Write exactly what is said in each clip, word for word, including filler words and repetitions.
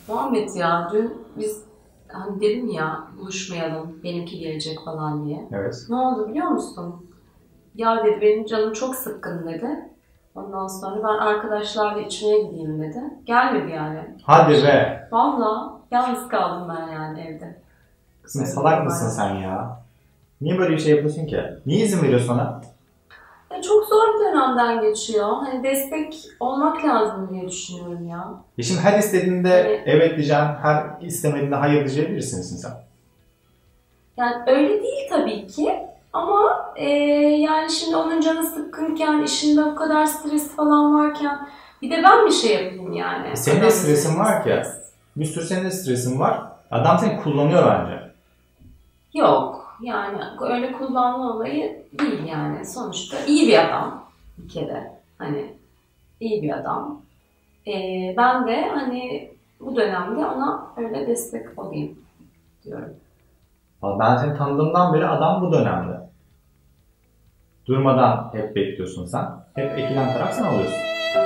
Muhammed ya dün biz hani dedim ya buluşmayalım benimki gelecek falan diye. Evet. Ne oldu biliyor musun? Ya dedi benim canım çok sıkkın dedi. Ondan sonra ben arkadaşlarla içmeye gideyim dedi. Gelmedi yani. Hadi be. Vallahi yalnız kaldım ben yani evde. Kızım salak mısın sen ya? Niye böyle bir şey yapıyorsun ki? Niye izin veriyorsun ona? Ya çok zor bir dönemden geçiyor. Hani destek olmak lazım diye düşünüyorum ya. Ya şimdi her istediğinde evet, evet diyeceksin, her istemediğinde hayır diyecek birisin sen. Yani öyle değil tabii ki. Ama e, yani şimdi onun canı sıkkınken, işinde o kadar stres falan varken bir de ben bir şey yapayım yani. E senin de stresin var ki. Bir sürü senin de stresin var. Adam seni kullanıyor bence. Yok. Yani öyle kullanma olayı değil yani. Sonuçta iyi bir adam bir kere. Hani iyi bir adam. Ee, ben de hani bu dönemde ona öyle destek olayım diyorum. Ben seni tanıdığımdan beri adam bu dönemde. Durmadan hep bekliyorsun sen. Hep ekilen taraf sen oluyorsun.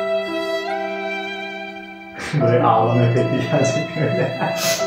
Buraya ağlama efekti gelecek böyle.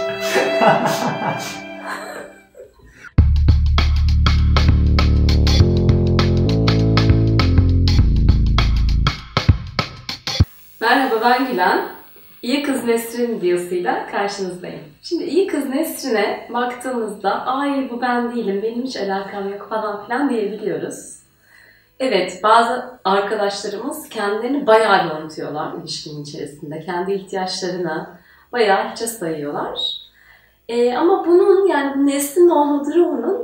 Merhaba ben Gülen. İyi Kız Nesrin videosuyla karşınızdayım. Şimdi İyi Kız Nesrin'e baktığımızda ay bu ben değilim, benim hiç alakam yok falan filan diyebiliyoruz. Evet, bazı arkadaşlarımız kendilerini bayağı bir unutuyorlar ilişkinin içerisinde. Kendi ihtiyaçlarını bayağı hiçe sayıyorlar. Ee, ama bunun yani Nesrin olma durumunun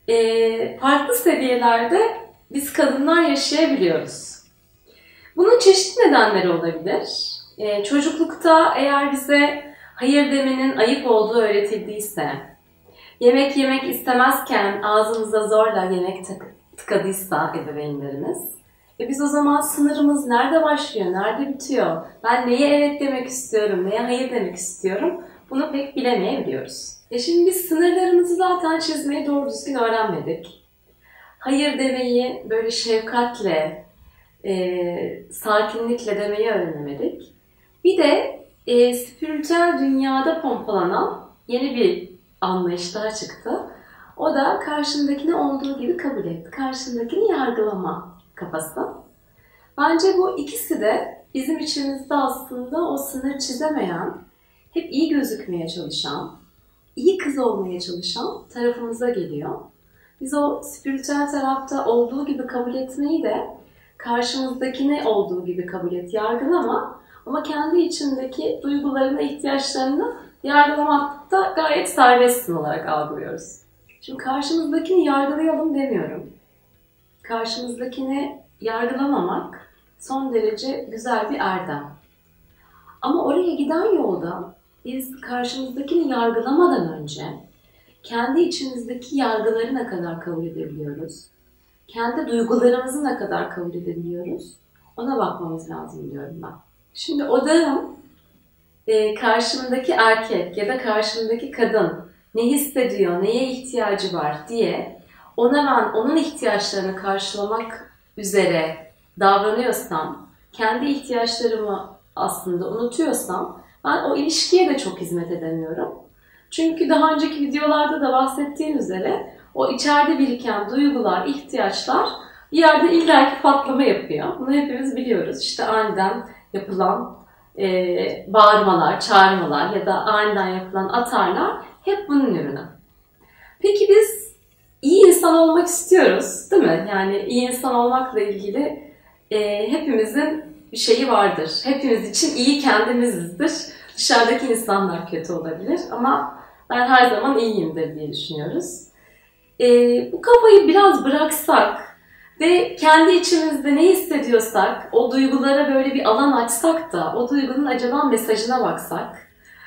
e, farklı seviyelerde biz kadınlar yaşayabiliyoruz. Bunun çeşitli nedenleri olabilir. Ee, çocuklukta eğer bize hayır demenin ayıp olduğu öğretildiyse, yemek yemek istemezken ağzımıza zorla yemek tıkadıysa ebeveynlerimiz, e biz o zaman sınırımız nerede başlıyor, nerede bitiyor, ben neye evet demek istiyorum, neye hayır demek istiyorum, bunu pek bilemeyebiliyoruz. E şimdi biz sınırlarımızı zaten çizmeyi doğru düzgün öğrenmedik. Hayır demeyi böyle şefkatle, E, sakinlikle demeyi öğrenemedik. Bir de e, spiritüel dünyada pompalanan yeni bir anlayış daha çıktı. O da karşındakini olduğu gibi kabul et. Karşındakini yargılama kafası. Bence bu ikisi de bizim içimizde aslında o sınır çizemeyen, hep iyi gözükmeye çalışan, iyi kız olmaya çalışan tarafımıza geliyor. Biz o spiritüel tarafta olduğu gibi kabul etmeyi de karşımızdakini olduğu gibi kabul et, yargılama ama kendi içindeki duygularına, ihtiyaçlarını yargılamakta gayet serbestsin olarak algılıyoruz. Şimdi karşımızdakini yargılayalım demiyorum. Karşımızdakini yargılamamak son derece güzel bir erdem. Ama oraya giden yolda biz karşımızdakini yargılamadan önce kendi içimizdeki yargıları ne kadar kabul edebiliyoruz? Kendi duygularımızı ne kadar kabul edebiliyoruz? Ona bakmamız lazım diyorum ben. Şimdi odağım e, karşımdaki erkek ya da karşımdaki kadın ne hissediyor, neye ihtiyacı var diye ona ben onun ihtiyaçlarını karşılamak üzere davranıyorsam, kendi ihtiyaçlarımı aslında unutuyorsam ben o ilişkiye de çok hizmet edemiyorum. Çünkü daha önceki videolarda da bahsettiğim üzere o içeride biriken duygular, ihtiyaçlar bir yerde illaki patlama yapıyor. Bunu hepimiz biliyoruz. İşte aniden yapılan e, bağırmalar, çağırmalar ya da aniden yapılan atarlar hep bunun ürünü. Peki biz iyi insan olmak istiyoruz, değil mi? Yani iyi insan olmakla ilgili e, hepimizin bir şeyi vardır. Hepimiz için iyi kendimizizdir. Dışarıdaki insanlar kötü olabilir ama ben her zaman iyiyimdir diye düşünüyoruz. Ee, bu kafayı biraz bıraksak ve kendi içimizde ne hissediyorsak o duygulara böyle bir alan açsak da o duygunun acaba mesajına baksak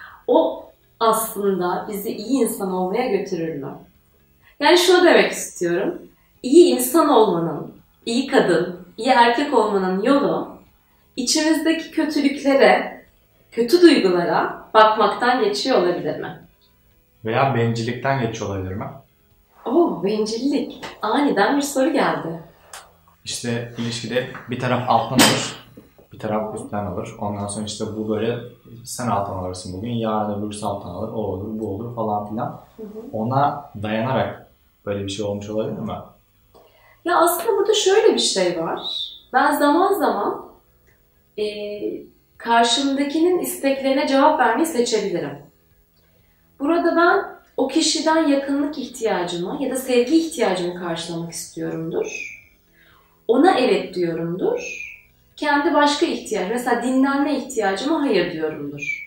o aslında bizi iyi insan olmaya götürür mü? Yani şunu demek istiyorum. İyi insan olmanın, iyi kadın, iyi erkek olmanın yolu içimizdeki kötülüklere, kötü duygulara bakmaktan geçiyor olabilir mi? Veya bencillikten geçiyor olabilir mi? Oo, bencillik. Aniden bir soru geldi. İşte ilişkide bir taraf alttan alır, bir taraf üstten alır. Ondan sonra işte bu böyle sen alttan alırsın bugün, yarın öbürsü alttan alır, o olur, bu olur falan filan. Hı hı. Ona dayanarak böyle bir şey olmuş olabilir mi? Ya aslında burada şöyle bir şey var. Ben zaman zaman e, karşımdakinin isteklerine cevap vermeyi seçebilirim. Burada ben o kişiden yakınlık ihtiyacımı ya da sevgi ihtiyacımı karşılamak istiyorumdur. Ona evet diyorumdur. Kendi başka ihtiyaç, mesela dinlenme ihtiyacıma hayır diyorumdur.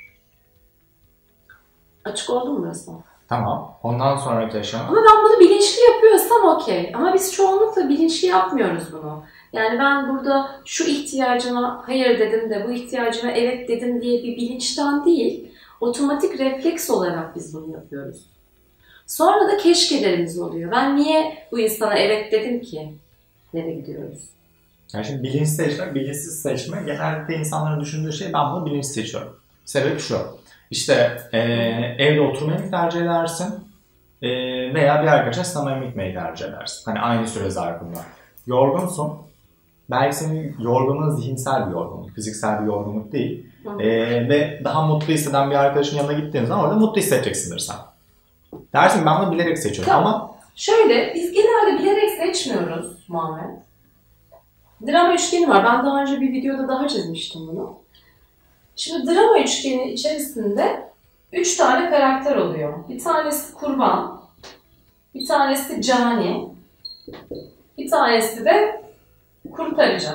Açık oldu mu burası? Tamam. Ondan sonraki aşama. Ama ben bunu bilinçli yapıyorsam okey. Ama biz çoğunlukla bilinçli yapmıyoruz bunu. Yani ben burada şu ihtiyacıma hayır dedim de bu ihtiyacıma evet dedim diye bir bilinçten değil, otomatik refleks olarak biz bunu yapıyoruz. Sonra da keşkelerimiz oluyor. Ben niye bu insana evet dedim ki? Nereye gidiyoruz? Yani şimdi bilinçli seçme, bilinçsiz seçme, genellikle insanların düşündüğü şey, ben bunu bilinçli seçiyorum. Sebep şu, işte e, evde oturmayı mı tercih edersin e, veya bir arkadaşa sinemaya gitmeyi tercih edersin. Hani aynı süre zarfında. Yorgunsun, belki senin yorgunluğun zihinsel bir yorgunluk, fiziksel bir yorgunluk değil. E, ve daha mutlu hisseden bir arkadaşın yanına gittiğin zaman orada mutlu hissedeceksindir sen. Dersin ben bunu bilerek seçiyorum. Tamam. Ama şöyle, biz genelde bilerek seçmiyoruz Muhammed. Drama üçgeni var. Ben daha önce bir videoda daha çizmiştim bunu. Şimdi drama üçgeni içerisinde üç tane karakter oluyor. Bir tanesi kurban, bir tanesi cani, bir tanesi de kurtarıcı.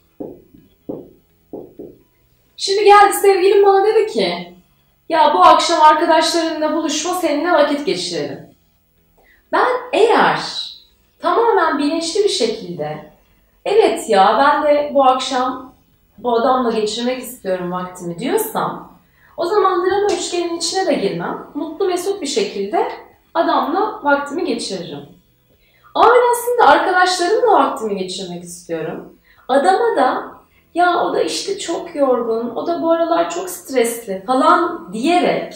Şimdi geldi sevgilim bana dedi ki, ya bu akşam arkadaşlarınla buluşma, seninle vakit geçirelim. Ben eğer tamamen bilinçli bir şekilde, evet ya ben de bu akşam bu adamla geçirmek istiyorum vaktimi diyorsam, o zaman drama üçgeninin içine de girmem. Mutlu mesut bir şekilde adamla vaktimi geçiririm. Ama ben aslında arkadaşlarımla vaktimi geçirmek istiyorum. Adama da ya o da işte çok yorgun, o da bu aralar çok stresli falan diyerek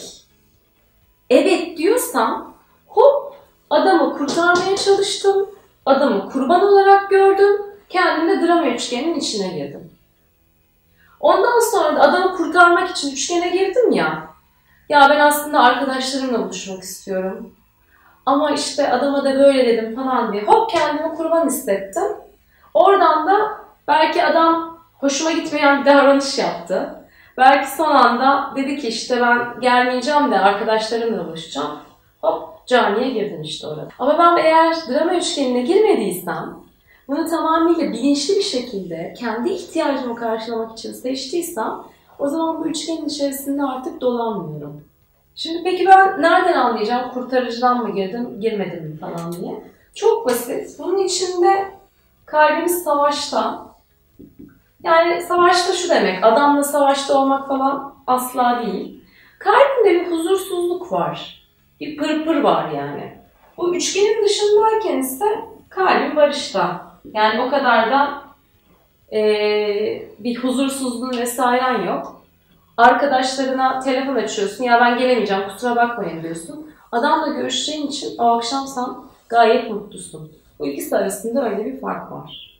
evet diyorsam hop adamı kurtarmaya çalıştım, adamı kurban olarak gördüm, kendim de drama üçgeninin içine girdim. Ondan sonra da adamı kurtarmak için üçgene girdim ya, ya ben aslında arkadaşlarımla buluşmak istiyorum ama işte adama da böyle dedim falan diye hop kendimi kurban hissettim. Oradan da belki adam hoşuma gitmeyen bir davranış yaptı. Belki son anda dedi ki işte ben gelmeyeceğim de arkadaşlarımla buluşacağım. Hop caniye girdim işte orada. Ama ben eğer drama üçgenine girmediysem, bunu tamamıyla bilinçli bir şekilde kendi ihtiyacımı karşılamak için seçtiysem, o zaman bu üçgenin içerisinde artık dolanmıyorum. Şimdi peki ben nereden anlayacağım kurtarıcıdan mı girdim, girmedim mi falan diye? Çok basit. Bunun içinde kalbimiz savaşta. Yani savaşta şu demek, adamla savaşta olmak falan asla değil. Kalbimde bir huzursuzluk var. Bir pırpır var yani. Bu üçgenin dışındayken ise kalbim barışta. Yani o kadar da e, bir huzursuzluğun vesairen yok. Arkadaşlarına telefon açıyorsun, ya ben gelemeyeceğim kusura bakmayın diyorsun. Adamla görüşeceğin için o akşam sen gayet mutlusun. Bu ikisi arasında öyle bir fark var.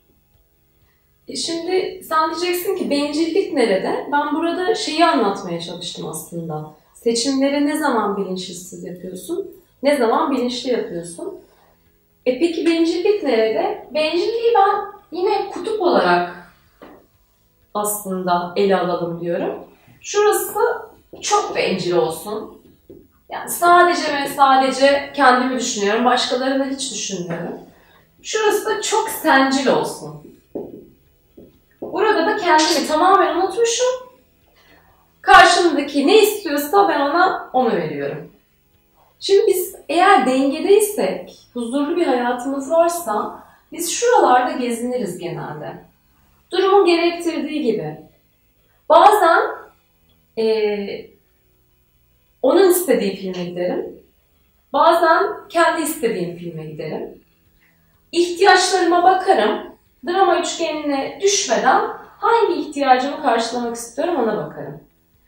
E şimdi sen diyeceksin ki bencillik nerede? Ben burada şeyi anlatmaya çalıştım aslında. Seçimleri ne zaman bilinçsiz yapıyorsun? Ne zaman bilinçli yapıyorsun? E peki bencillik nerede? Bencilliği ben yine kutup olarak aslında ele alalım diyorum. Şurası çok bencil olsun. Yani sadece ve sadece kendimi düşünüyorum. Başkalarını hiç düşünmüyorum. Şurası da çok sencil olsun. Burada da kendimi tamamen unutmuşum. Karşımdaki ne istiyorsa ben ona onu veriyorum. Şimdi biz eğer dengedeysek, huzurlu bir hayatımız varsa biz şuralarda geziniriz genelde. Durumun gerektirdiği gibi. Bazen ee, onun istediği filme giderim. Bazen kendi istediğim filme giderim. İhtiyaçlarıma bakarım. Drama üçgenine düşmeden hangi ihtiyacımı karşılamak istiyorum ona bakarım.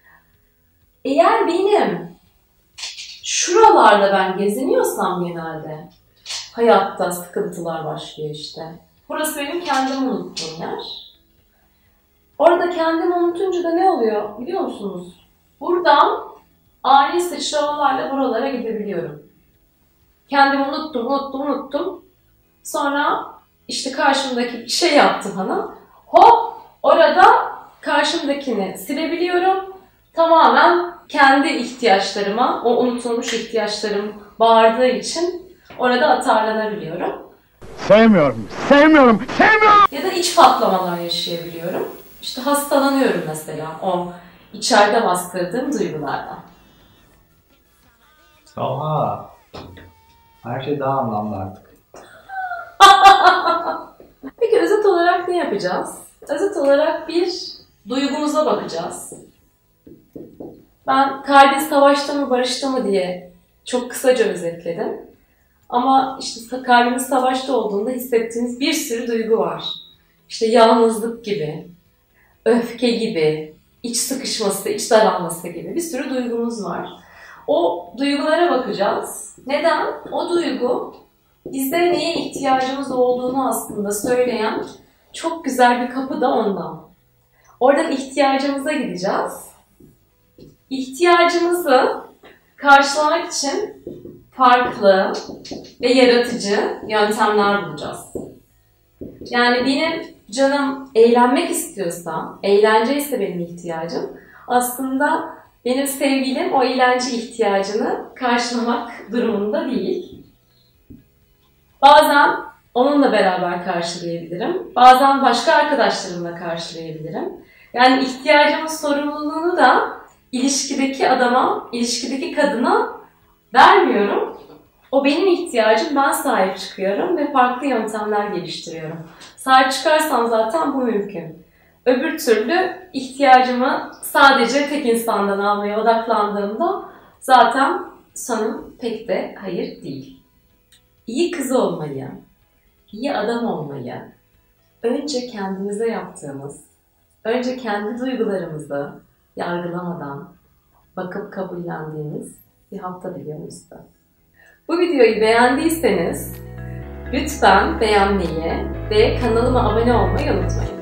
Eğer benim şuralarda ben geziniyorsam genelde hayatta sıkıntılar başlıyor işte. Burası benim kendimi unuttuğum yer. Orada kendimi unutunca da ne oluyor biliyor musunuz? Buradan ani sıçramalarla buralara gidebiliyorum. Kendimi unuttum, unuttum, unuttum. Sonra işte karşımdaki bir şey yaptı bana. Hop! Orada karşımdakini silebiliyorum. Tamamen kendi ihtiyaçlarıma, o unutulmuş ihtiyaçlarım bağırdığı için orada atarlanabiliyorum. Sevmiyorum, sevmiyorum, sevmiyorum! Ya da iç patlamalar yaşayabiliyorum. İşte hastalanıyorum mesela o içeride bastırdığım duygulardan. Oha! Her şey daha anlamlı artık. Peki özet olarak ne yapacağız? Özet olarak bir duygumuza bakacağız. Ben kalbin savaşta mı barışta mı diye çok kısaca özetledim. Ama işte kalbimiz savaşta olduğunda hissettiğimiz bir sürü duygu var. İşte yalnızlık gibi, öfke gibi, iç sıkışması, iç daralması gibi bir sürü duygumuz var. O duygulara bakacağız. Neden? O duygu bizde neye ihtiyacımız olduğunu aslında söyleyen çok güzel bir kapı da ondan. Oradan ihtiyacımıza gideceğiz. İhtiyacımızı karşılamak için farklı ve yaratıcı yöntemler bulacağız. Yani benim canım eğlenmek istiyorsa, eğlence ise benim ihtiyacım, aslında benim sevgilim o eğlence ihtiyacını karşılamak durumunda değil. Bazen onunla beraber karşılayabilirim, bazen başka arkadaşlarımla karşılayabilirim. Yani ihtiyacımın sorumluluğunu da ilişkideki adama, ilişkideki kadına vermiyorum. O benim ihtiyacım, ben sahip çıkıyorum ve farklı yöntemler geliştiriyorum. Sahip çıkarsam zaten bu mümkün. Öbür türlü ihtiyacımı sadece tek insandan almaya odaklandığımda zaten sonum pek de hayır değil. İyi kız olmayı, iyi adam olmayı önce kendimize yaptığımız, önce kendi duygularımızı yargılamadan bakıp kabullendiğimiz bir hafta biliyor musunuz? Bu videoyu beğendiyseniz lütfen beğenmeyi ve kanalıma abone olmayı unutmayın.